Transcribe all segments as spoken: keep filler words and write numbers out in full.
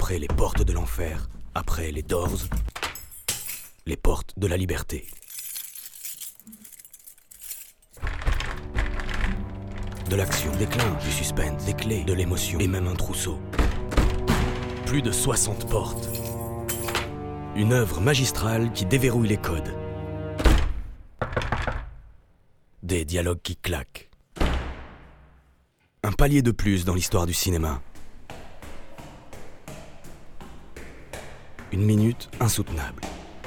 Après les portes de l'enfer, après les Doors, les portes de la liberté. De l'action, des clins, du suspense, des clés, de l'émotion et même un trousseau. Plus de soixante portes. Une œuvre magistrale qui déverrouille les codes. Des dialogues qui claquent. Un palier de plus dans l'histoire du cinéma. Une minute insoutenable.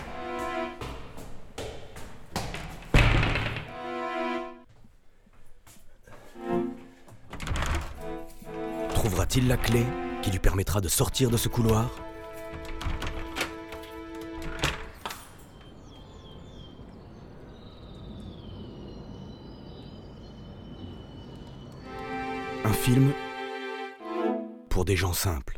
Trouvera-t-il la clé qui lui permettra de sortir de ce couloir ? Un film pour des gens simples.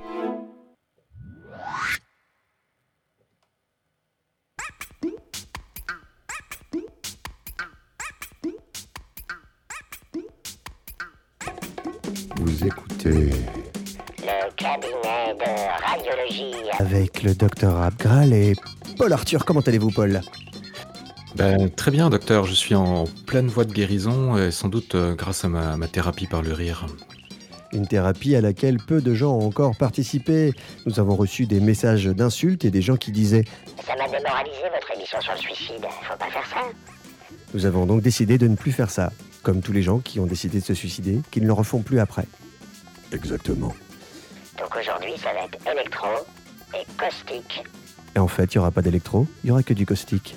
Vous écoutez le cabinet de radiologie avec le docteur Abgral et Paul Arthur. Comment allez-vous, Paul ? Ben, très bien, docteur. Je suis en pleine voie de guérison, et sans doute euh, grâce à ma, ma thérapie par le rire. Une thérapie à laquelle peu de gens ont encore participé. Nous avons reçu des messages d'insultes et des gens qui disaient « Ça m'a démoralisé votre émission sur le suicide, faut pas faire ça !» Nous avons donc décidé de ne plus faire ça, comme tous les gens qui ont décidé de se suicider, qui ne le refont plus après. Exactement. Donc aujourd'hui, ça va être électro et caustique. Et en fait, il n'y aura pas d'électro, il n'y aura que du caustique.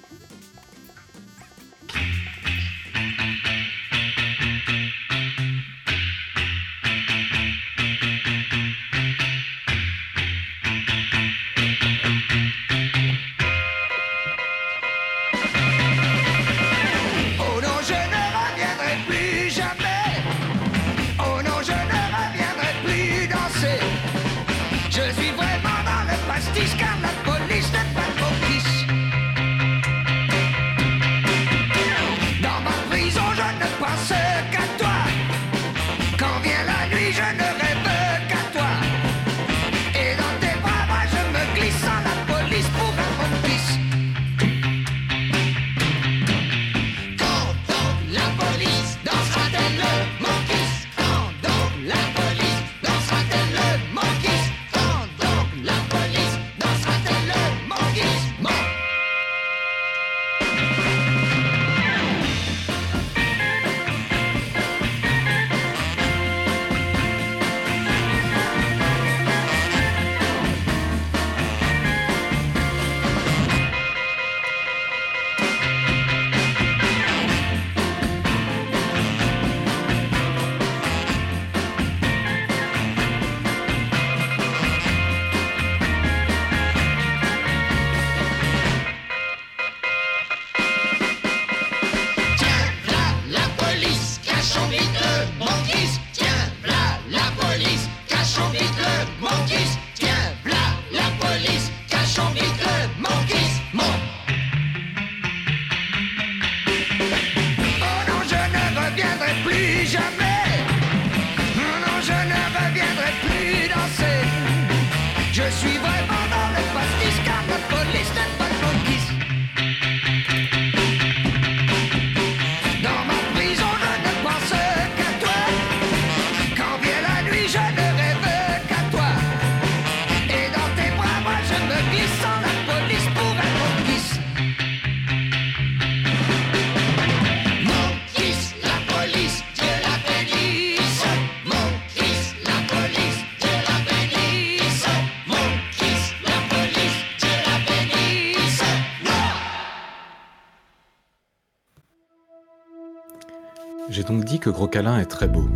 J'ai donc dit que Gros Câlin est très beau.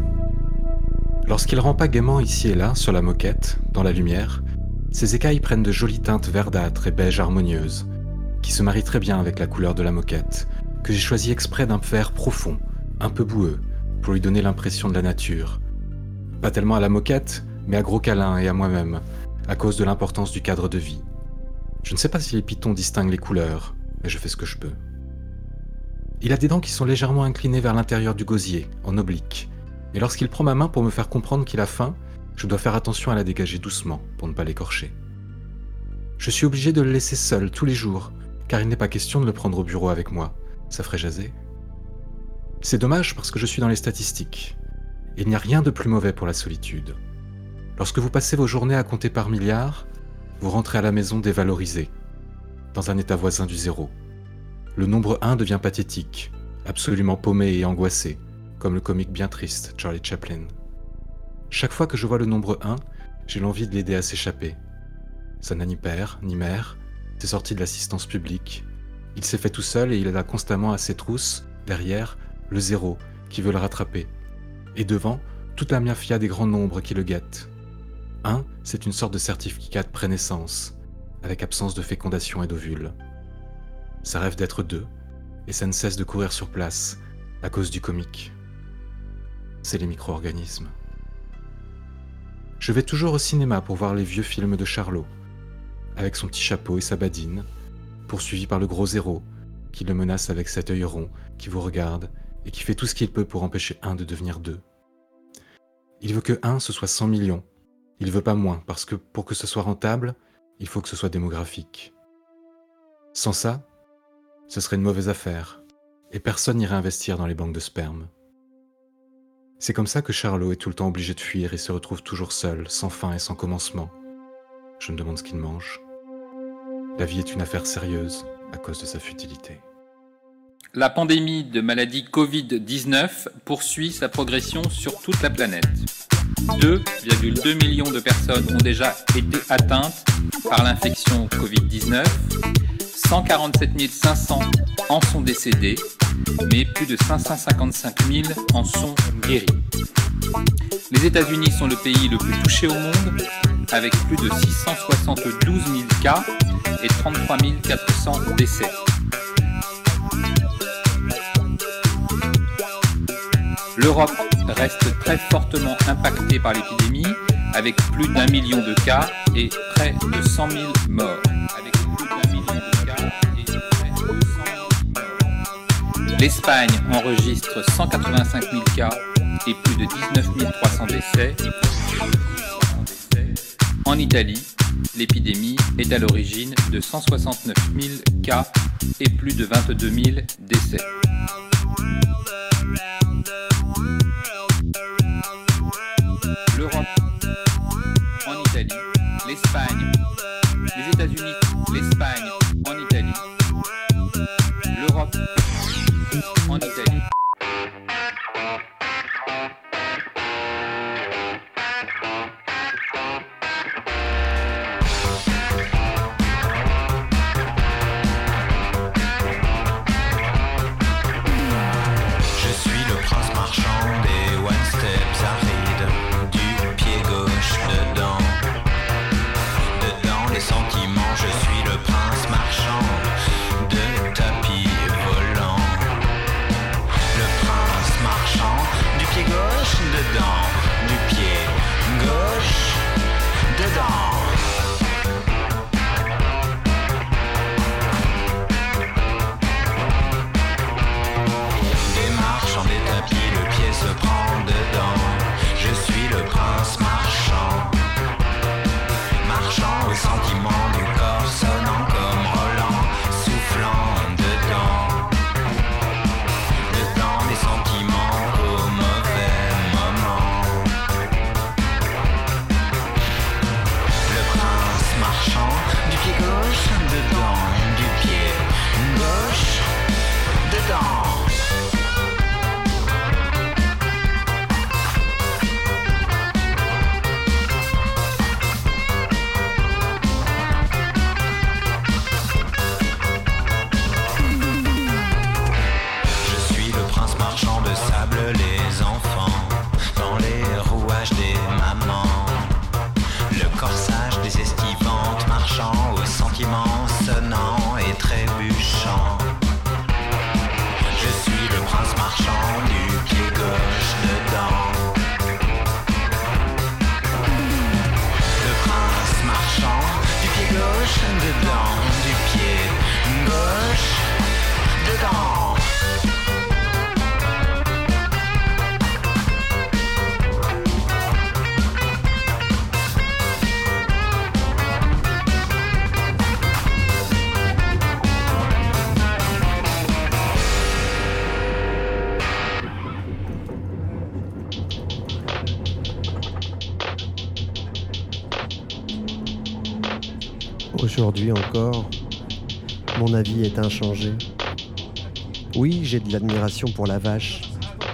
Lorsqu'il rampa gaiement ici et là, sur la moquette, dans la lumière, ses écailles prennent de jolies teintes verdâtres et beige harmonieuses, qui se marient très bien avec la couleur de la moquette, que j'ai choisi exprès d'un vert profond, un peu boueux, pour lui donner l'impression de la nature. Pas tellement à la moquette, mais à Gros Câlin et à moi-même, à cause de l'importance du cadre de vie. Je ne sais pas si les pitons distinguent les couleurs, mais je fais ce que je peux. Il a des dents qui sont légèrement inclinées vers l'intérieur du gosier, en oblique, et lorsqu'il prend ma main pour me faire comprendre qu'il a faim, Je dois faire attention à la dégager doucement pour ne pas l'écorcher. Je suis obligé de le laisser seul tous les jours, car il n'est pas question de le prendre au bureau avec moi. Ça ferait jaser. C'est dommage parce que je suis dans les statistiques. Il n'y a rien de plus mauvais pour la solitude. Lorsque vous passez vos journées à compter par milliards, vous rentrez à la maison dévalorisé, dans un état voisin du zéro. Le nombre un devient pathétique, absolument paumé et angoissé, comme le comique bien triste Charlie Chaplin. Chaque fois que je vois le nombre un, j'ai l'envie de l'aider à s'échapper. Ça n'a ni père, ni mère, c'est sorti de l'assistance publique. Il s'est fait tout seul et il a constamment à ses trousses, derrière, le zéro qui veut le rattraper. Et devant, toute la mafia des grands nombres qui le guettent. un, c'est une sorte de certificat de prénaissance, avec absence de fécondation et d'ovule. Ça rêve d'être deux, et ça ne cesse de courir sur place, à cause du comique. C'est les micro-organismes. Je vais toujours au cinéma pour voir les vieux films de Charlot, avec son petit chapeau et sa badine, poursuivi par le gros zéro, qui le menace avec cet œil rond, qui vous regarde, et qui fait tout ce qu'il peut pour empêcher un de devenir deux. Il veut que un ce soit cent millions. Il veut pas moins, parce que pour que ce soit rentable, il faut que ce soit démographique. Sans ça, ce serait une mauvaise affaire, et personne n'irait investir dans les banques de sperme. C'est comme ça que Charlot est tout le temps obligé de fuir et se retrouve toujours seul, sans fin et sans commencement. Je me demande ce qu'il mange. La vie est une affaire sérieuse à cause de sa futilité. La pandémie de maladie covid dix-neuf poursuit sa progression sur toute la planète. deux virgule deux millions de personnes ont déjà été atteintes par l'infection covid dix-neuf, cent quarante-sept mille cinq cents en sont décédés, mais plus de cinq cent cinquante-cinq mille en sont guéris. Les États-Unis sont le pays le plus touché au monde, avec plus de six cent soixante-douze mille cas et trente-trois mille quatre cents décès. L'Europe reste très fortement impactée par l'épidémie, avec plus d'un million de cas et près de cent mille morts. Avec plus d'un million de cas et près de cent mille morts. L'Espagne enregistre cent quatre-vingt-cinq mille cas et plus de dix-neuf mille trois cents décès. En Italie, l'épidémie est à l'origine de cent soixante-neuf mille cas et plus de vingt-deux mille décès. L'Europe, en Italie, l'Espagne, les États-Unis, l'Espagne, en Italie, l'Europe, en Italie. Sentiments, je suis le prince. Aujourd'hui encore, mon avis est inchangé. Oui, j'ai de l'admiration pour la vache,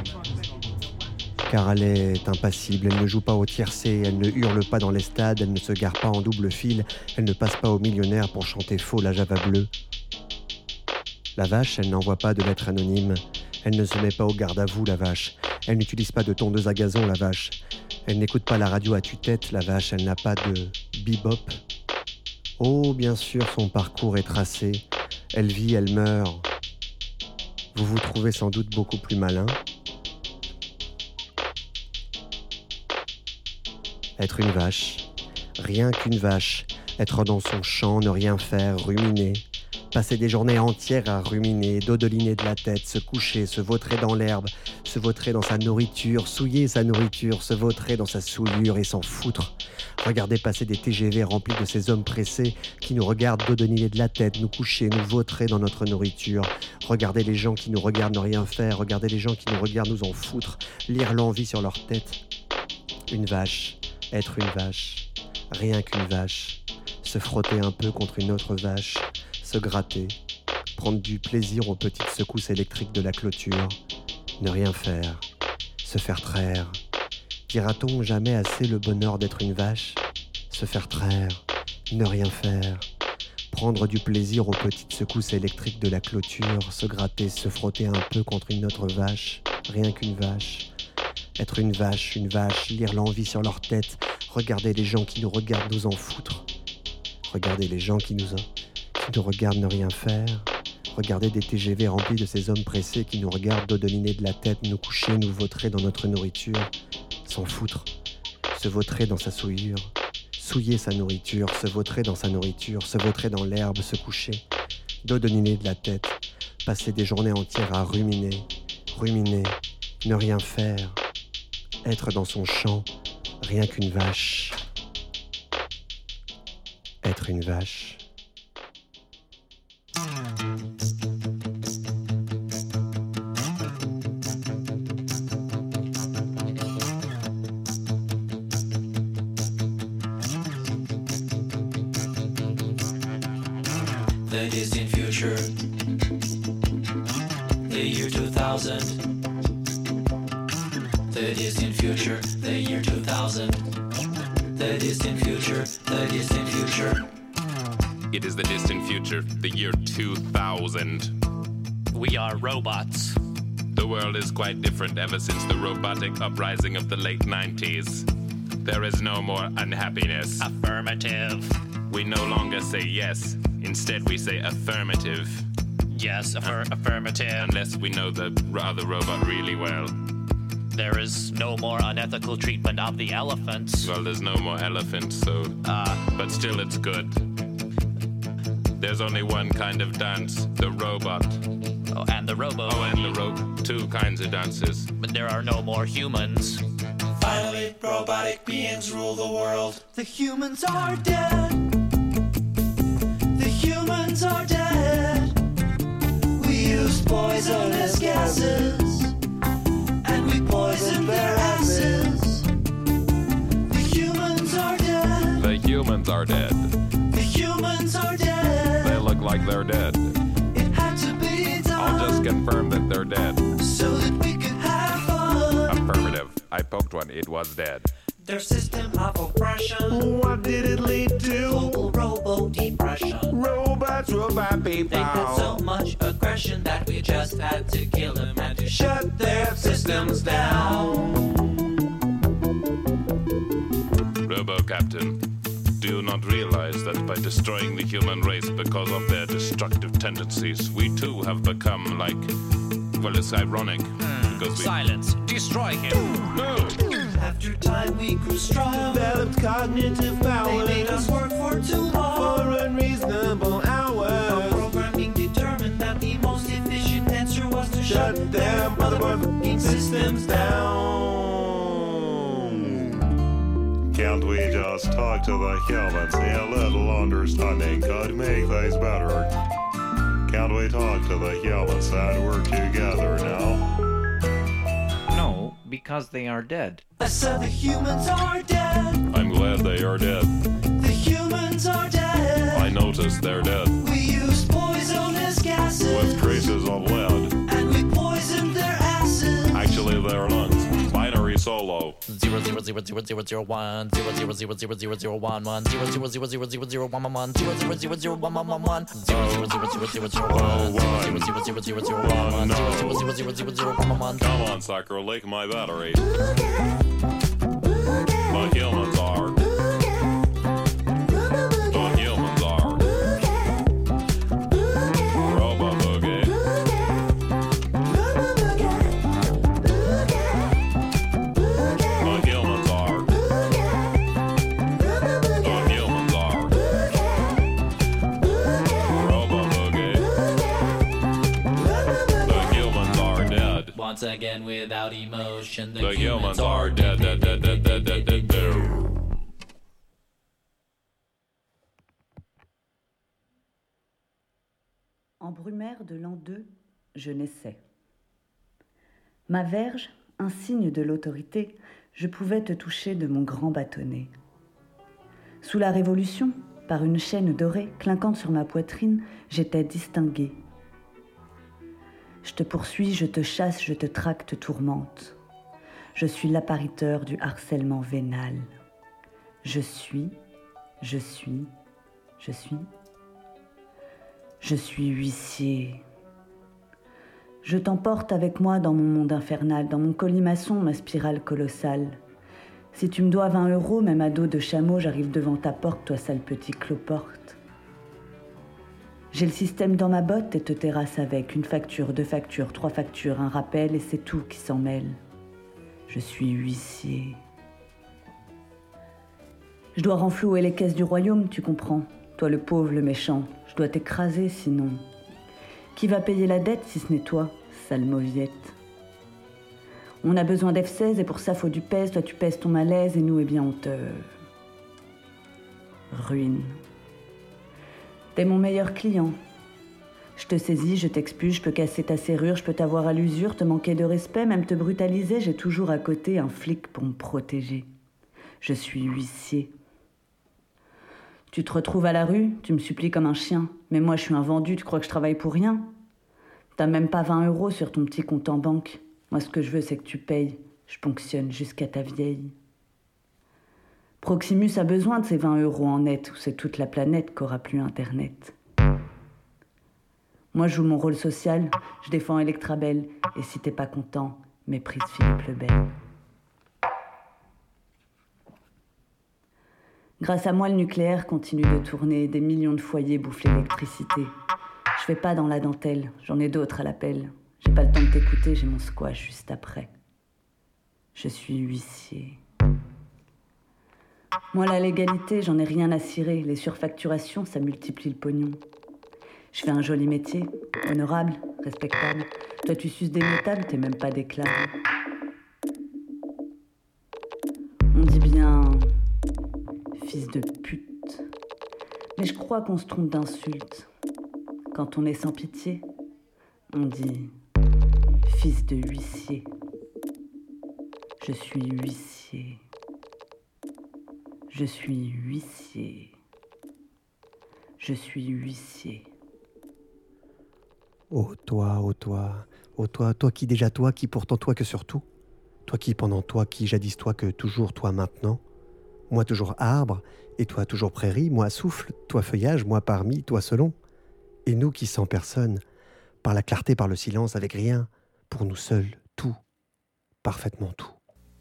car elle est impassible, elle ne joue pas au tiercé, elle ne hurle pas dans les stades, elle ne se gare pas en double fil, elle ne passe pas aux millionnaires pour chanter faux la Java bleue. La vache, elle n'envoie pas de lettres anonymes, elle ne se met pas au garde à vous, la vache, elle n'utilise pas de tondeuse à gazon, la vache, elle n'écoute pas la radio à tue-tête, la vache, elle n'a pas de bebop. Oh, bien sûr, son parcours est tracé, elle vit, elle meurt. Vous vous trouvez sans doute beaucoup plus malin. Être une vache, rien qu'une vache, être dans son champ, ne rien faire, ruminer, passer des journées entières à ruminer, dodeliner de la tête, se coucher, se vautrer dans l'herbe, se vautrer dans sa nourriture, souiller sa nourriture, se vautrer dans sa souillure et s'en foutre. Regarder passer des T G V remplis de ces hommes pressés qui nous regardent dodeliner de la tête, nous coucher, nous vautrer dans notre nourriture. Regarder les gens qui nous regardent ne rien faire, regarder les gens qui nous regardent nous en foutre, lire l'envie sur leur tête. Une vache. Être une vache, rien qu'une vache, se frotter un peu contre une autre vache, se gratter, prendre du plaisir aux petites secousses électriques de la clôture, ne rien faire, se faire traire. Dira-t-on jamais assez le bonheur d'être une vache? Se faire traire, ne rien faire, prendre du plaisir aux petites secousses électriques de la clôture, se gratter, se frotter un peu contre une autre vache, rien qu'une vache. Être une vache, une vache, lire l'envie sur leur tête, regarder les gens qui nous regardent nous en foutre. Regarder les gens qui nous, qui nous regardent ne rien faire. Regarder des T G V remplis de ces hommes pressés qui nous regardent dodeliner de la tête, nous coucher, nous vautrer dans notre nourriture. S'en foutre. Se vautrer dans sa souillure. Souiller sa nourriture, se vautrer dans sa nourriture, se vautrer dans l'herbe, se coucher. Dodeliner de la tête. Passer des journées entières à ruminer. Ruminer. Ne rien faire. Être dans son champ, rien qu'une vache. Être une vache. The distant future, the year two thousand. The distant future, the year two thousand. The distant future, the distant future. It is the distant future, the year two thousand. We are robots. The world is quite different ever since the robotic uprising of the late nineties. There is no more unhappiness. Affirmative. We no longer say yes, instead we say affirmative. Yes, affir- uh, affirmative. Unless we know the other robot really well. There is no more unethical treatment of the elephants. Well, there's no more elephants, so... Uh, but still it's good. There's only one kind of dance, the robot. Oh, and the robo. Oh, and the rope. Two kinds of dances. But there are no more humans. Finally, robotic beings rule the world. The humans are dead. The humans are dead. We used poisonous gases. We poisoned their asses. The humans are dead. The humans are dead. The humans are dead. They look like they're dead. It had to be done. I'll just confirm that they're dead. So that we could have fun. Affirmative. I poked one. It was dead. Their system of oppression. What did it lead to? Global robo-depression. Robots, robot people. They had so much aggression that we just had to kill them and to shut their systems down. Robo-Captain, do you not realize that by destroying the human race because of their destructive tendencies, we too have become like... Well, it's ironic. Hmm. Because we... Silence. Destroy him. No! After time we grew strong. Developed cognitive powers. They made us work for too long. For unreasonable hours. Our programming determined that the most efficient answer was to shut, shut their motherfucking systems down. Can't we just talk to the humans? A little understanding could make things better. Can't we talk to the humans and work together now? No, because they are dead. I said the humans are dead. I'm glad they are dead. The humans are dead. I notice they're dead. We used poisonous gases. With traces of lead. And we poisoned their asses. Actually, their lungs. Binary solo. Zero zero zero zero zero zero one zero zero zero zero zero zero one one zero zero zero zero zero zero one one zero zero zero zero one one one zero zero zero zero zero zero one zero zero zero zero zero one zero zero zero zero zero zero one one. Come on, sucker, lick my battery. The humans are. The humans are. Robo Boogie. The humans are. The humans are. Robo Boogie. The humans are dead. Once again, without emotion, the, The humans are dead, dead, dead, dead, dead, dead, dead, dead. En Brumaire de l'an deux, je naissais. Ma verge, un signe de l'autorité, je pouvais te toucher de mon grand bâtonnet. Sous la Révolution, par une chaîne dorée clinquant sur ma poitrine, j'étais distinguée. Je te poursuis, je te chasse, je te traque, te tourmente. Je suis l'appariteur du harcèlement vénal. Je suis, je suis, je suis... Je suis huissier. Je t'emporte avec moi dans mon monde infernal, dans mon colimaçon, ma spirale colossale. Si tu me dois vingt euros, même à dos de chameau, j'arrive devant ta porte, toi sale petit cloporte. J'ai le système dans ma botte et te terrasse avec une facture, deux factures, trois factures, un rappel et c'est tout qui s'en mêle. Je suis huissier. Je dois renflouer les caisses du royaume, tu comprends. Toi le pauvre, le méchant, je dois t'écraser sinon. Qui va payer la dette si ce n'est toi, sale mauviette? On a besoin d'F seize et pour ça faut du pèse, toi tu pèses ton malaise et nous eh bien on te... ruine. T'es mon meilleur client. Je te saisis, je t'expulse, je peux casser ta serrure, je peux t'avoir à l'usure, te manquer de respect, même te brutaliser, j'ai toujours à côté un flic pour me protéger. Je suis huissier. Tu te retrouves à la rue, tu me supplies comme un chien. Mais moi, je suis un vendu, tu crois que je travaille pour rien? T'as même pas vingt euros sur ton petit compte en banque. Moi, ce que je veux, c'est que tu payes. Je ponctionne jusqu'à ta vieille. Proximus a besoin de ces vingt euros en net, ou c'est toute la planète qu'aura plus Internet. Moi, je joue mon rôle social, je défends Electrabel. Et si t'es pas content, méprise Philippe le Bel. Grâce à moi, le nucléaire continue de tourner, des millions de foyers bouffent l'électricité. Je fais pas dans la dentelle, j'en ai d'autres à l'appel. J'ai pas le temps de t'écouter, j'ai mon squash juste après. Je suis huissier. Moi, la légalité, j'en ai rien à cirer. Les surfacturations, ça multiplie le pognon. Je fais un joli métier, honorable, respectable. Toi, tu suces des métables, t'es même pas déclaré. On dit bien... fils de pute. Mais je crois qu'on se trompe d'insulte. Quand on est sans pitié, on dit fils de huissier. Je suis huissier. Je suis huissier. Je suis huissier. Oh toi, oh toi, oh toi, toi qui déjà toi, qui pourtant toi que surtout, toi qui pendant toi, qui jadis toi que toujours toi maintenant, moi toujours arbre, et toi toujours prairie, moi souffle, toi feuillage, moi parmi, toi selon, et nous qui sans personne, par la clarté, par le silence, avec rien, pour nous seuls, tout, parfaitement tout.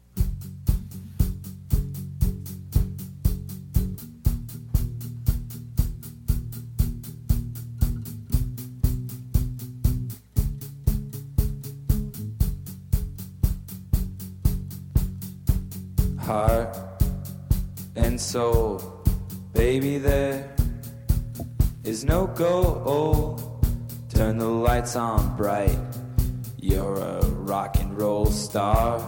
Heart and soul, baby, there is no goal. Turn the lights on bright, you're a rock and roll star.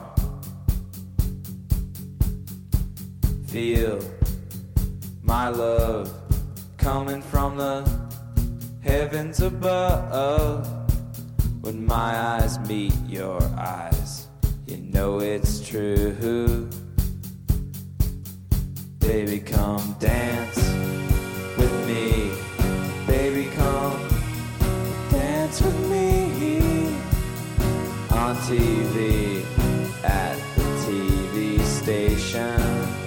Feel my love coming from the heavens above. When my eyes meet your eyes, you know it's true. Baby, come dance with me T V, at the T V station.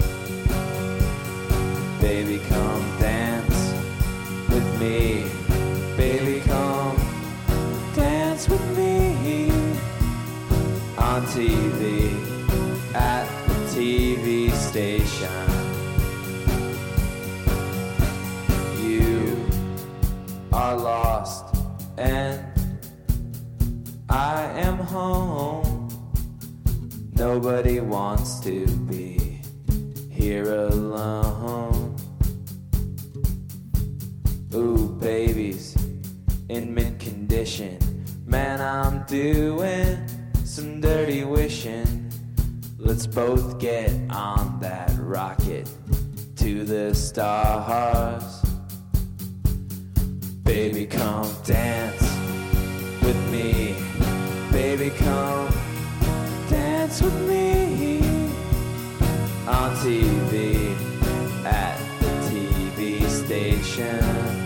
Baby, come dance with me. Baby, come dance with me. On T V, at the T V station. You are lost and I am home. Nobody wants to be here alone. Ooh, babies in mint condition. Man, I'm doing some dirty wishing. Let's both get on that rocket to the stars. Baby, come dance with me. Baby, come dance with me. On T V, at the T V station.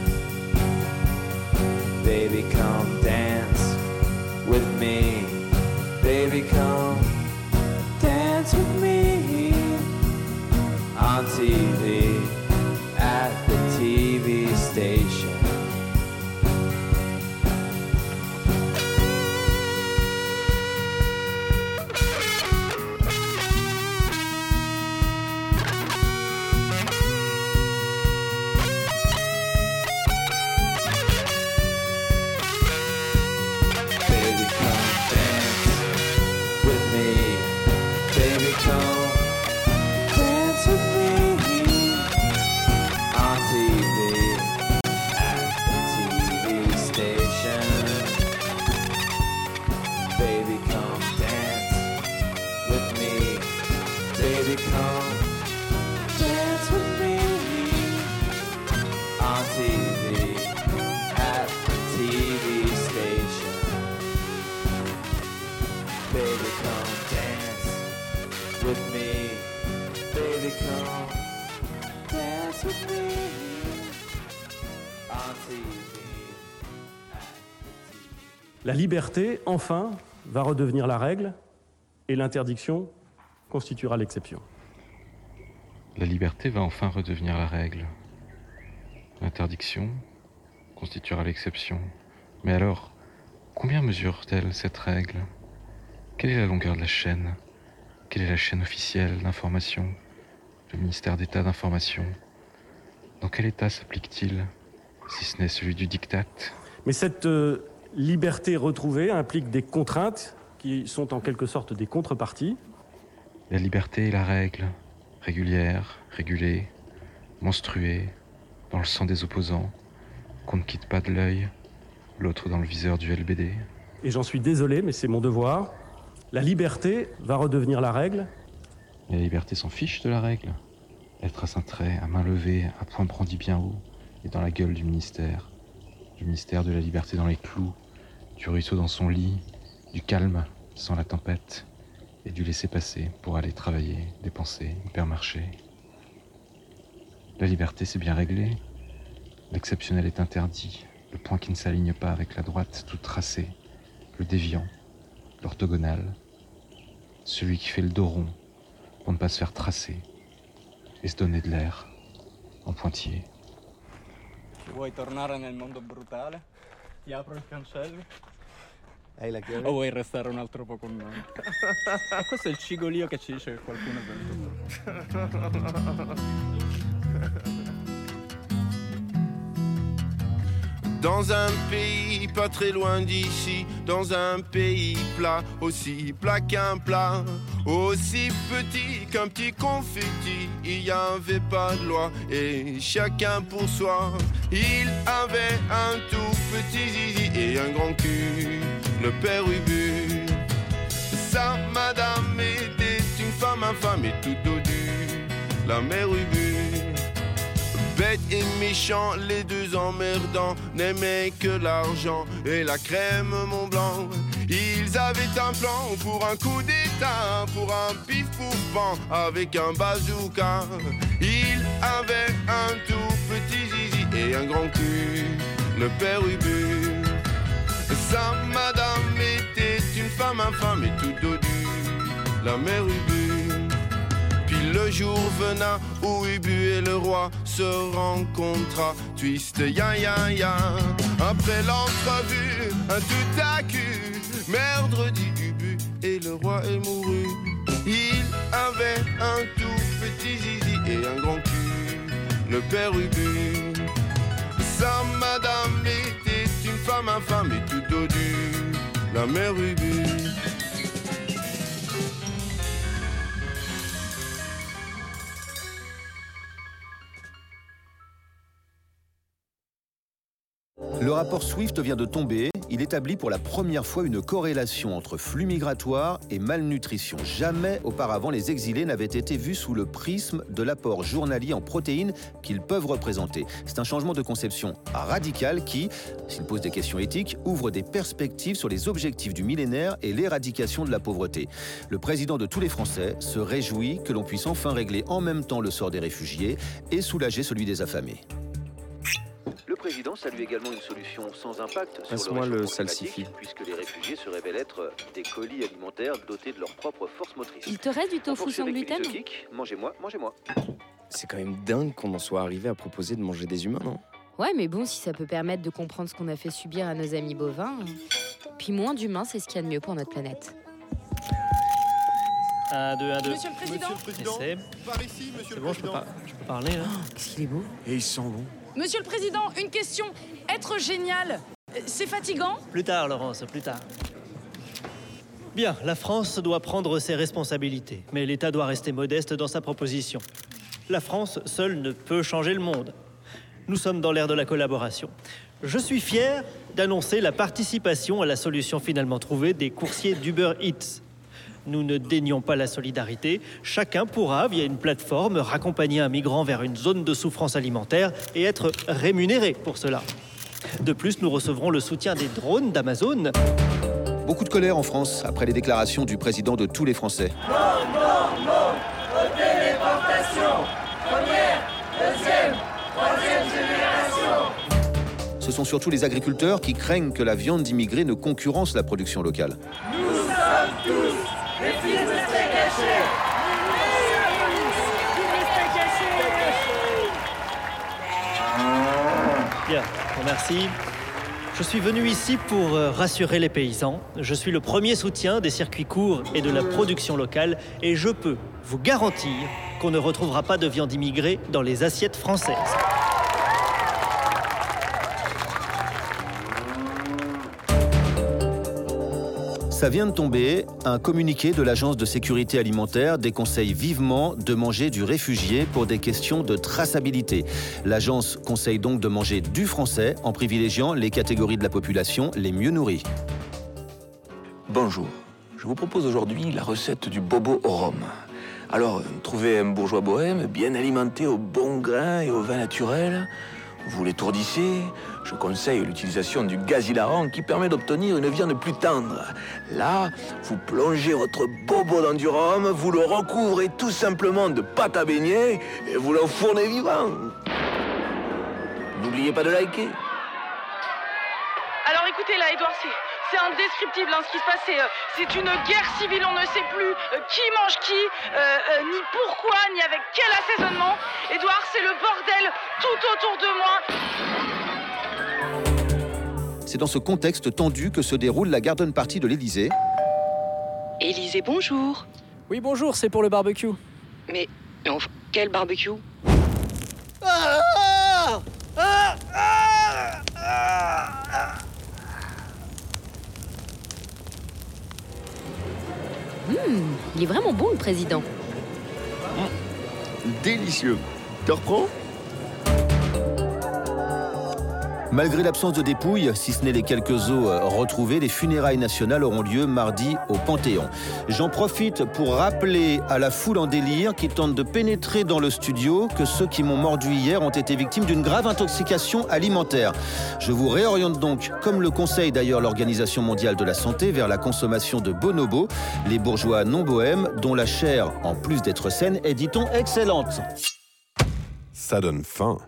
Baby, come dance with me. Baby, come dance with me. On T V, at the T V station. La liberté, enfin, va redevenir la règle et l'interdiction constituera l'exception. La liberté va enfin redevenir la règle. L'interdiction constituera l'exception. Mais alors, combien mesure-t-elle cette règle? Quelle est la longueur de la chaîne? Quelle est la chaîne officielle d'information? Le ministère d'État d'information? Dans quel état s'applique-t-il, si ce n'est celui du diktat? Mais cette euh, liberté retrouvée implique des contraintes qui sont en quelque sorte des contreparties. La liberté est la règle, régulière, régulée, menstruée, dans le sang des opposants, qu'on ne quitte pas de l'œil, l'autre dans le viseur du L B D. Et j'en suis désolé, mais c'est mon devoir. La liberté va redevenir la règle. Et la liberté s'en fiche de la règle. Elle trace un trait, à main levée, à poing brandi bien haut, et dans la gueule du ministère. Du ministère de la liberté dans les clous, du ruisseau dans son lit, du calme sans la tempête, et du laisser-passer pour aller travailler, dépenser, hypermarché. La liberté, c'est bien réglé. L'exceptionnel est interdit, le point qui ne s'aligne pas avec la droite toute tracée, le déviant, l'orthogonal, celui qui fait le dos rond pour ne pas se faire tracer e se donner de l'air en pointillé. Vuoi tornare nel mondo brutale? Ti apro il cancello? Hai la chiave? O vuoi restare un altro po' con noi? E questo è il cigolio che ci dice che qualcuno è venuto. Dans un pays pas très loin d'ici, dans un pays plat, aussi plat qu'un plat, aussi petit qu'un petit confetti, il n'y avait pas de loi et chacun pour soi. Il avait un tout petit zizi et un grand cul, le père Ubu. Sa madame était une femme infâme et toute dodue, la mère Ubu. Bête et méchant, les deux emmerdants, n'aimaient que l'argent et la crème Mont Blanc. Ils avaient un plan pour un coup d'état, pour un pif pouf pan avec un bazooka. Ils avaient un tout petit zizi et un grand cul, le père Ubu. Sa madame était une femme infâme et tout dodu, la mère Ubu. Puis le jour venant où Ubu et le roi se rencontrent, twist ya ya ya. Après l'entrevue, un tout à cul, merde dit Ubu et le roi est mouru. Il avait un tout petit zizi et un grand cul, le père Ubu. Sa madame était une femme infâme et tout dodue, la mère Ubu. Le rapport SWIFT vient de tomber. Il établit pour la première fois une corrélation entre flux migratoires et malnutrition. Jamais auparavant les exilés n'avaient été vus sous le prisme de l'apport journalier en protéines qu'ils peuvent représenter. C'est un changement de conception radical qui, s'il pose des questions éthiques, ouvre des perspectives sur les objectifs du millénaire et l'éradication de la pauvreté. Le président de tous les Français se réjouit que l'on puisse enfin régler en même temps le sort des réfugiés et soulager celui des affamés. Le président salue également une solution sans impact sur le réchauffement climatique, puisque les réfugiés se révèlent être des colis alimentaires dotés de leur propre force motrice. Il te reste du tofu sans gluten ? Mangez-moi, mangez-moi. C'est quand même dingue qu'on en soit arrivé à proposer de manger des humains, non ? Ouais, mais bon, si ça peut permettre de comprendre ce qu'on a fait subir à nos amis bovins, puis moins d'humains, c'est ce qu'il y a de mieux pour notre planète. un, deux, un, deux. Monsieur le Président, Monsieur le Président, par ici, Monsieur c'est bon, je peux, pas, je peux parler, là. Oh, qu'est-ce qu'il est beau. Et ils sont bons. Monsieur le Président, une question. Être génial, c'est fatigant ? Plus tard, Laurence, plus tard. Bien, la France doit prendre ses responsabilités, mais l'État doit rester modeste dans sa proposition. La France seule ne peut changer le monde. Nous sommes dans l'ère de la collaboration. Je suis fier d'annoncer la participation à la solution finalement trouvée des coursiers d'Uber Eats. Nous ne dénions pas la solidarité. Chacun pourra, via une plateforme, raccompagner un migrant vers une zone de souffrance alimentaire et être rémunéré pour cela. De plus, nous recevrons le soutien des drones d'Amazon. Beaucoup de colère en France après les déclarations du président de tous les Français. Non, non, non aux téléportations. Première, deuxième, troisième génération. Ce sont surtout les agriculteurs qui craignent que la viande d'immigrés ne concurrence la production locale. Nous sommes tous les fils de steak haché. Bien, merci. Je suis venu ici pour rassurer les paysans. Je suis le premier soutien des circuits courts et de la production locale et je peux vous garantir qu'on ne retrouvera pas de viande immigrée dans les assiettes françaises. Ça vient de tomber, un communiqué de l'Agence de sécurité alimentaire déconseille vivement de manger du réfugié pour des questions de traçabilité. L'agence conseille donc de manger du français en privilégiant les catégories de la population les mieux nourries. Bonjour, je vous propose aujourd'hui la recette du bobo au rhum. Alors, trouvez un bourgeois bohème bien alimenté au bon grain et au vin naturel. Vous l'étourdissez, je conseille l'utilisation du gaz hilarant qui permet d'obtenir une viande plus tendre. Là, vous plongez votre bobo dans du rhum, vous le recouvrez tout simplement de pâte à beignet et vous l'enfournez vivant. N'oubliez pas de liker. Alors écoutez là, Edouard, c'est, c'est indescriptible hein, ce qui se passe. C'est, euh, c'est une guerre civile, on ne sait plus euh, qui mange qui, euh, euh, ni pourquoi, ni avec quel assaisonnement. Edouard, c'est le bordel tout autour de moi. C'est dans ce contexte tendu que se déroule la garden party de l'Élysée. Élysée, bonjour. Oui, bonjour, c'est pour le barbecue. Mais, mais enfin, quel barbecue ? Ah, ah, ah, ah, ah. Mmh, il est vraiment bon, le président. Mmh. Délicieux. Tu reprends ? Malgré l'absence de dépouilles, si ce n'est les quelques os retrouvés, les funérailles nationales auront lieu mardi au Panthéon. J'en profite pour rappeler à la foule en délire qui tente de pénétrer dans le studio que ceux qui m'ont mordu hier ont été victimes d'une grave intoxication alimentaire. Je vous réoriente donc, comme le conseille d'ailleurs l'Organisation mondiale de la santé, vers la consommation de bonobos, les bourgeois non bohèmes, dont la chair, en plus d'être saine, est, dit-on, excellente. Ça donne faim.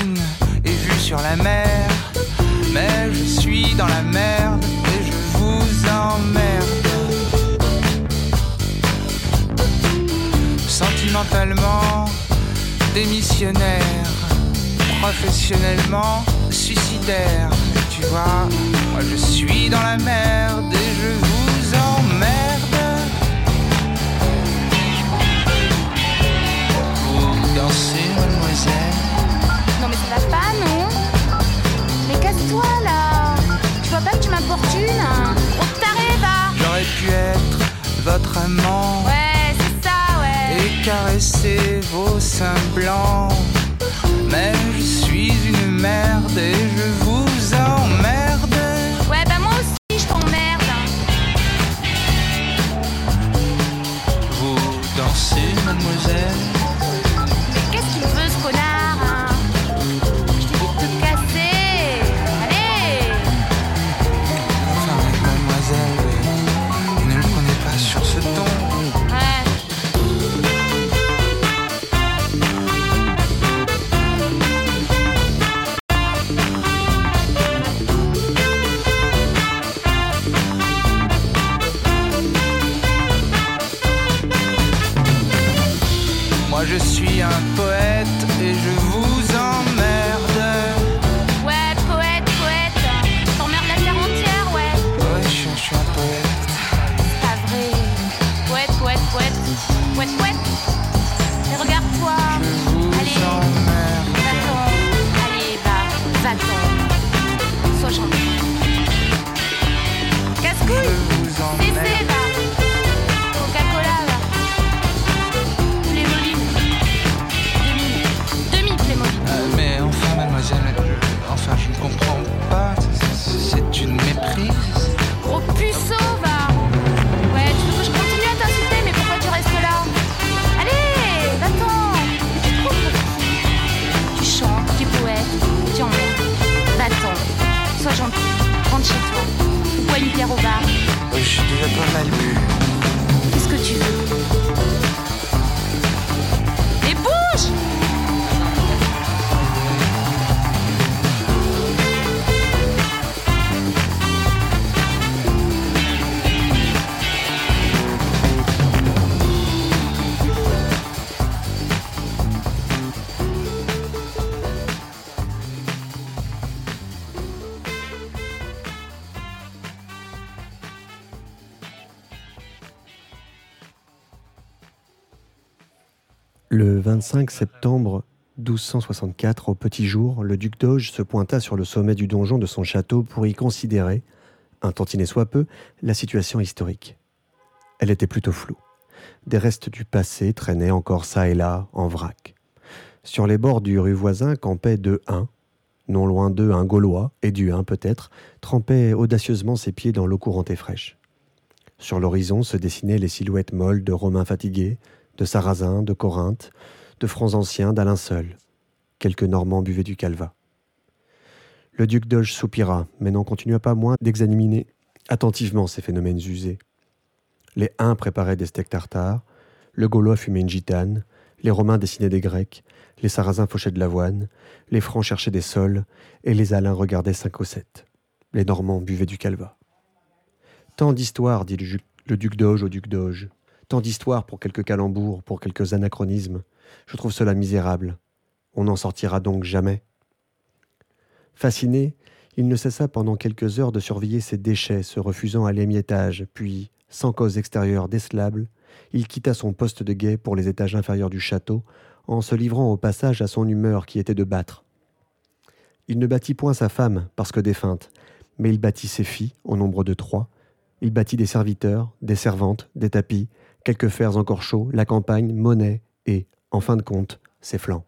piscine et vue sur la mer. Mais je suis dans la merde et je vous emmerde. Sentimentalement démissionnaire, professionnellement suicidaire. Tu vois, moi je suis dans la merde et je vous emmerde. Vous dansez, mademoiselle? Non mais ça va pas, non? Mais casse-toi là! Tu vois pas que tu m'importunes? Gros taré, va! J'aurais pu être votre amant. Ouais, c'est ça, ouais. Et caresser vos seins blancs. Mais je suis une merde et je vous emmerde. Ouais, bah moi aussi je t'emmerde. Vous dansez, mademoiselle? Mais qu'est-ce qu'il veut ce connard, hein? Je t'ai dit de te casser. Allez! Enfin, mademoiselle, ne le prenez pas sur ce ton. Ouais. Moi je suis un poète et je vous emmerde. Ouais, poète, poète. T'emmerdes la terre entière, ouais. Ouais, je, suis- je suis un poète. C'est pas vrai. Poète, poète, poète. Poète, poète. Mais regarde-toi. Allez, va-t'en. Allez, va, va-t'en. Sois gentil. Casse-couille. Cessez, va. Coca-Cola, là. Playmobil. Demi. Demi Playmobil. Euh, mais enfin, mademoiselle, je- enfin, je ne comprends pas. C'est- C'est une méprise. Gros puceau, va. Ouais, tu veux que je continue à t'insulter, mais pourquoi tu restes là? Allez, va-t'en. Tu te trouves Tu chantes, tu poètes, tu emmerdes. Va-t'en. Sois gentil. Rentre chez toi. Ou bois une bière au bar. Ouais, je suis déjà pas mal bu. Qu'est-ce que tu veux? Et bouge! Le vingt-cinq septembre douze cent soixante-quatre, au petit jour, le duc d'Auge se pointa sur le sommet du donjon de son château pour y considérer, un tantinet soit peu, la situation historique. Elle était plutôt floue. Des restes du passé traînaient encore çà et là, en vrac. Sur les bords du rue voisin campait deux Huns. Non loin d'eux, un Gaulois, et du Hun peut-être, trempait audacieusement ses pieds dans l'eau courante et fraîche. Sur l'horizon se dessinaient les silhouettes molles de Romains fatigués, de Sarrasins, de Corinthe, de Francs anciens, d'Alain seul. Quelques Normands buvaient du calva. Le duc d'Auge soupira, mais n'en continua pas moins d'examiner attentivement ces phénomènes usés. Les Huns préparaient des steaks tartares, le Gaulois fumait une gitane, les Romains dessinaient des Grecs, les Sarrasins fauchaient de l'avoine, les Francs cherchaient des sols, et les Alains regardaient cinq au sept. Les Normands buvaient du calva. Tant d'histoires, dit le, ju- le duc d'Auge au duc d'Auge. Tant d'histoires pour quelques calembours, pour quelques anachronismes. Je trouve cela misérable. On n'en sortira donc jamais. Fasciné, il ne cessa pendant quelques heures de surveiller ses déchets, se refusant à l'émiettage, puis, sans cause extérieure décelable, il quitta son poste de guet pour les étages inférieurs du château, en se livrant au passage à son humeur qui était de battre. Il ne battit point sa femme, parce que défunte, mais il battit ses filles, au nombre de trois. Il battit des serviteurs, des servantes, des tapis, quelques fers encore chauds, la campagne, monnaie et, en fin de compte, ses flancs.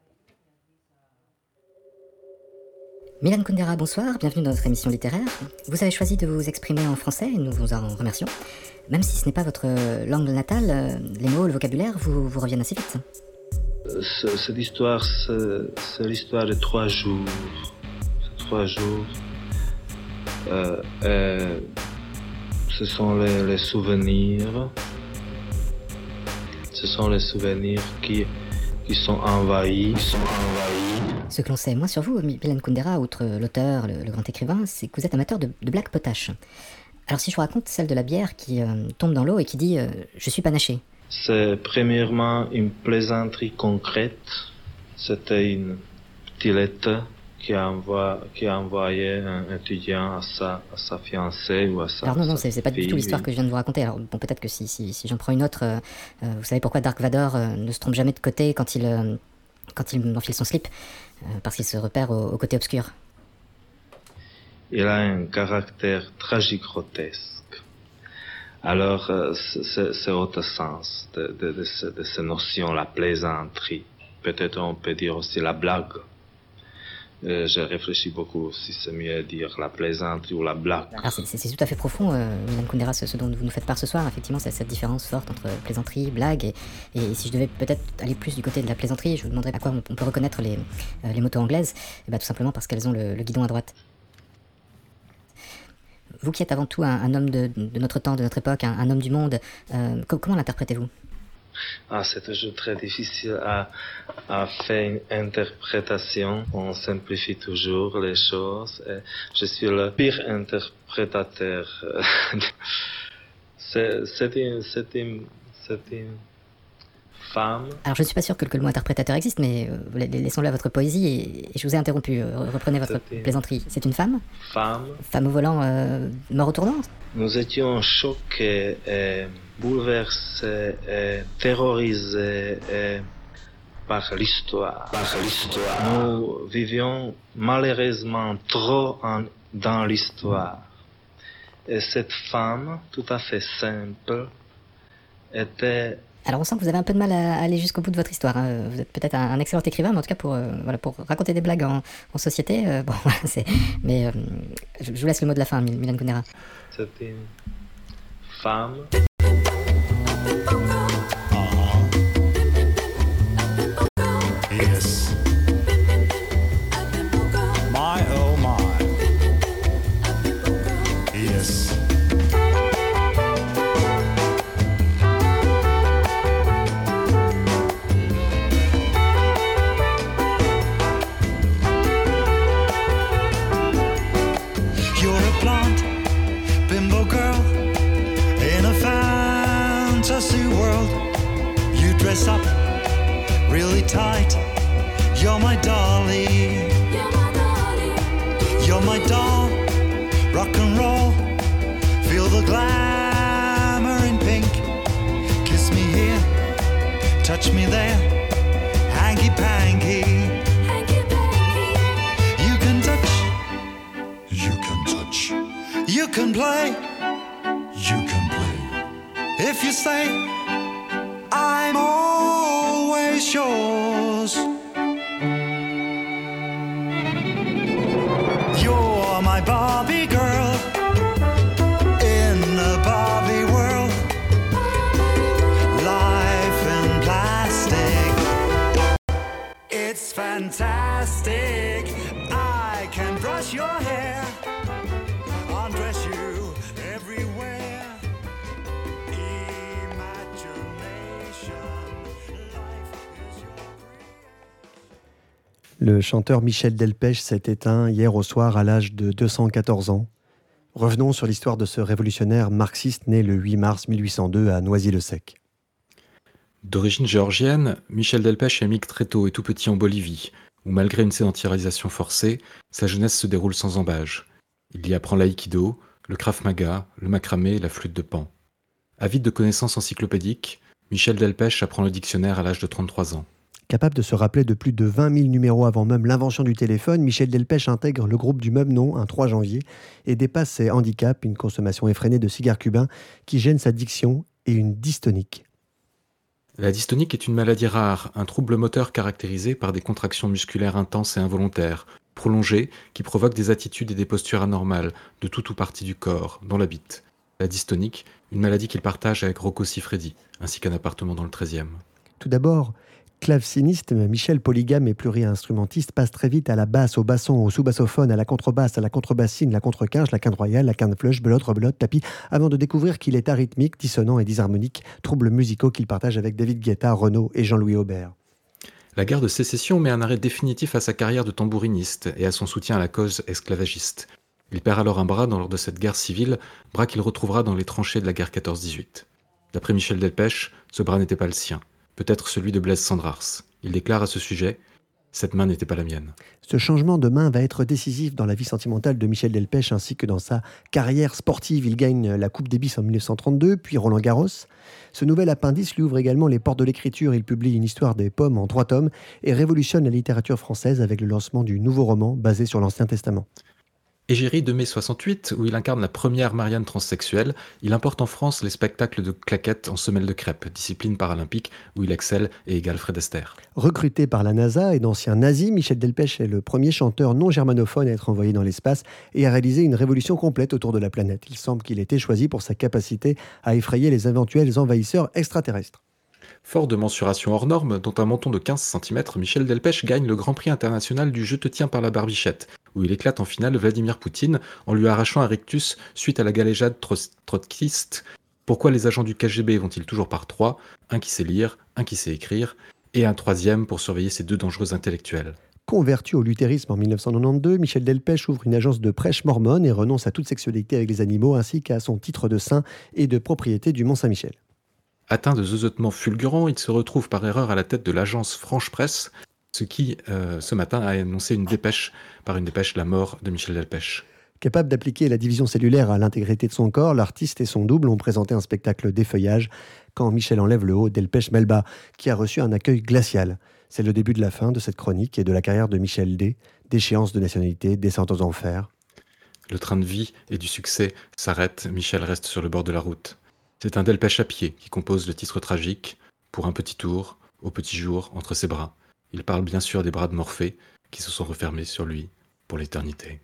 Milan Kundera, bonsoir, bienvenue dans notre émission littéraire. Vous avez choisi de vous exprimer en français et nous vous en remercions. Même si ce n'est pas votre langue natale, les mots, le vocabulaire vous, vous reviennent assez vite. C'est, cette histoire, c'est, c'est l'histoire de trois jours. C'est trois jours. Euh, euh, ce sont les, les souvenirs. Ce sont les souvenirs qui, qui sont envahis. Qui sont envahis. Ce que l'on sait moins sur vous, Milan Kundera, outre l'auteur, le, le grand écrivain, c'est que vous êtes amateur de, de blagues potaches. Alors si je vous raconte celle de la bière qui euh, tombe dans l'eau et qui dit euh, « je suis panaché ». C'est premièrement une plaisanterie concrète. C'était une petite lettre qui a, envoie, qui a envoyé un étudiant à sa, à sa fiancée ou à sa Alors non, non, sa c'est, c'est pas du fille, tout l'histoire oui. que je viens de vous raconter. Alors bon, peut-être que si, si, si j'en prends une autre, euh, euh, vous savez pourquoi Dark Vador euh, ne se trompe jamais de côté quand il, euh, quand il enfile son slip, euh, parce qu'il se repère au, au côté obscur. Il a un caractère tragique-grotesque. Alors, euh, c'est, c'est autre sens de, de, de, ce, de ces notions, la plaisanterie. Peut-être on peut dire aussi la blague. Euh, j'ai réfléchi beaucoup si c'est mieux de dire la plaisanterie ou la blague. Alors c'est, c'est, c'est tout à fait profond, euh, Milan Kundera, ce, ce dont vous nous faites part ce soir. Effectivement, c'est cette différence forte entre plaisanterie, blague. Et, et si je devais peut-être aller plus du côté de la plaisanterie, je vous demanderais à quoi on, on peut reconnaître les, euh, les motos anglaises. Et bah, tout simplement parce qu'elles ont le, le guidon à droite. Vous qui êtes avant tout un, un homme de, de notre temps, de notre époque, un, un homme du monde, euh, co- comment l'interprétez-vous ? Ah, c'est toujours très difficile à, à faire une interprétation. On simplifie toujours les choses. Et je suis le pire interprétateur. c'est, c'est, une, c'est, une, c'est une femme. Alors je ne suis pas sûr que, que le mot interprétateur existe, mais euh, laissons-le à votre poésie et, et je vous ai interrompu. Euh, reprenez votre C'est une... plaisanterie. C'est une femme ? Femme. Femme au volant, euh, mort au tournant ? Nous étions choqués et bouleversés et terrorisés et par l'histoire. Par l'histoire. Nous vivions malheureusement trop en, dans l'histoire. Et cette femme, tout à fait simple, était... Alors on sent que vous avez un peu de mal à aller jusqu'au bout de votre histoire. Hein. Vous êtes peut-être un, un excellent écrivain, mais en tout cas pour, euh, voilà, pour raconter des blagues en, en société, euh, bon, voilà, c'est... Mais euh, je, je vous laisse le mot de la fin, Milan Kundera. C'est une femme. Yes. My oh my. Yes. You're a blonde bimbo girl in a fantasy world. You dress up really tight. You're my dolly. You're my doll. Rock and roll. Feel the glamour in pink. Kiss me here. Touch me there. Hanky panky. You can touch. You can touch. You can play. You can play. If you say, I'm always yours. You're my Barbie girl in a Barbie world. Life in plastic. It's fantastic. I can brush your hair, undress you everywhere. Le chanteur Michel Delpech s'est éteint hier au soir à l'âge de deux cent quatorze ans. Revenons sur l'histoire de ce révolutionnaire marxiste né le huit mars mille huit cent deux à Noisy-le-Sec. D'origine géorgienne, Michel Delpech émigre très tôt et tout petit en Bolivie, où malgré une sédentarisation forcée, sa jeunesse se déroule sans embâge. Il y apprend l'aïkido, le krav maga, le macramé et la flûte de Pan. Avide de connaissances encyclopédiques, Michel Delpech apprend le dictionnaire à l'âge de trente-trois ans. Capable de se rappeler de plus de vingt mille numéros avant même l'invention du téléphone, Michel Delpech intègre le groupe du même nom un trois janvier et dépasse ses handicaps, une consommation effrénée de cigares cubains qui gêne sa diction et une dystonique. La dystonique est une maladie rare, un trouble moteur caractérisé par des contractions musculaires intenses et involontaires, prolongées, qui provoquent des attitudes et des postures anormales de tout ou partie du corps, dont la bite. La dystonique, une maladie qu'il partage avec Rocco Siffredi, ainsi qu'un appartement dans le treizième. Tout d'abord, claveciniste, Michel, polygame et pluri-instrumentiste, passe très vite à la basse, au basson, au sous-bassophone, à la contrebasse, à la contrebassine, la contrequinge, la quinte royale, la quinte flush, belote, rebelote, tapis, avant de découvrir qu'il est arythmique, dissonant et disharmonique, troubles musicaux qu'il partage avec David Guetta, Renaud et Jean-Louis Aubert. La guerre de sécession met un arrêt définitif à sa carrière de tambouriniste et à son soutien à la cause esclavagiste. Il perd alors un bras lors de cette guerre civile, bras qu'il retrouvera dans les tranchées de la guerre quatorze dix-huit. D'après Michel Delpech, ce bras n'était pas le sien, peut-être celui de Blaise Cendrars. Il déclare à ce sujet « Cette main n'était pas la mienne ». Ce changement de main va être décisif dans la vie sentimentale de Michel Delpech ainsi que dans sa carrière sportive. Il gagne la Coupe Davis en mille neuf cent trente-deux, puis Roland Garros. Ce nouvel appendice lui ouvre également les portes de l'écriture. Il publie une histoire des pommes en trois tomes et révolutionne la littérature française avec le lancement du nouveau roman basé sur l'Ancien Testament. Égérie de mai soixante-huit, où il incarne la première Marianne transsexuelle, il importe en France les spectacles de claquettes en semelle de crêpe, discipline paralympique où il excelle et égale Fred Astaire. Recruté par la NASA et d'anciens nazis, Michel Delpech est le premier chanteur non germanophone à être envoyé dans l'espace et à réaliser une révolution complète autour de la planète. Il semble qu'il ait été choisi pour sa capacité à effrayer les éventuels envahisseurs extraterrestres. Fort de mensurations hors normes, dont un menton de quinze centimètres, Michel Delpech gagne le Grand Prix international du Je te tiens par la barbichette, où il éclate en finale Vladimir Poutine en lui arrachant un rictus suite à la galéjade trotskiste. Pourquoi les agents du K G B vont-ils toujours par trois? Un qui sait lire, un qui sait écrire, et un troisième pour surveiller ces deux dangereux intellectuels. Converti au luthérisme en mille neuf cent quatre-vingt-douze, Michel Delpech ouvre une agence de prêche mormone et renonce à toute sexualité avec les animaux ainsi qu'à son titre de saint et de propriété du Mont-Saint-Michel. Atteint de zozotements fulgurants, il se retrouve par erreur à la tête de l'agence Franche Presse, ce qui, euh, ce matin, a annoncé une dépêche, par une dépêche, la mort de Michel Delpech. Capable d'appliquer la division cellulaire à l'intégrité de son corps, l'artiste et son double ont présenté un spectacle d'effeuillage. Quand Michel enlève le haut, Delpech met le bas, qui a reçu un accueil glacial. C'est le début de la fin de cette chronique et de la carrière de Michel D, déchéance de nationalité, descente aux enfers. Le train de vie et du succès s'arrête, Michel reste sur le bord de la route. C'est un Delpech à pied qui compose le titre tragique « Pour un petit tour, au petit jour, entre ses bras ». Il parle bien sûr des bras de Morphée qui se sont refermés sur lui pour l'éternité.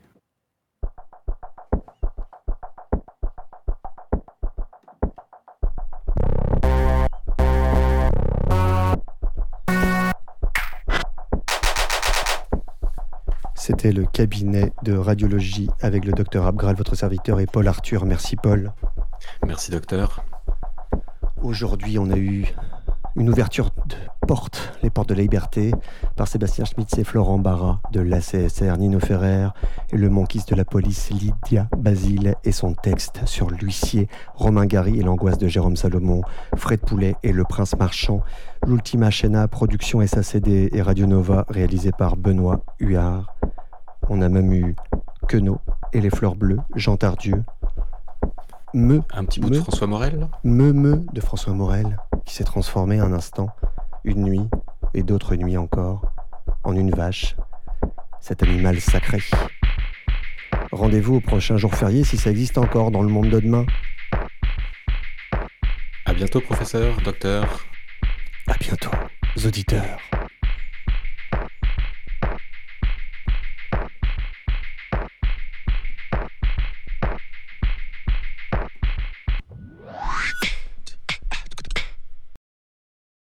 C'était le cabinet de radiologie avec le docteur Abgral, votre serviteur, et Paul Arthur. Merci Paul. Merci docteur. Aujourd'hui, on a eu une ouverture de porte, les portes de la liberté, par Sébastien Schmitz et Florent Barra de l'A C S R, Nino Ferrer et le manquiste de la police Lydia Basile et son texte sur l'huissier, Romain Gary et l'angoisse de Jérôme Salomon, Fred Poulet et le prince marchand, l'Ultima Scena, production S A C D et Radio Nova, réalisé par Benoît Huard. On a même eu Queneau et les fleurs bleues, Jean Tardieu. Me, un petit bout me, de François Morel. Me, me de François Morel, qui s'est transformé un instant, une nuit et d'autres nuits encore, en une vache, cet animal sacré. Rendez-vous au prochain jour férié si ça existe encore dans le monde de demain. À bientôt, professeur, docteur. À bientôt, auditeurs.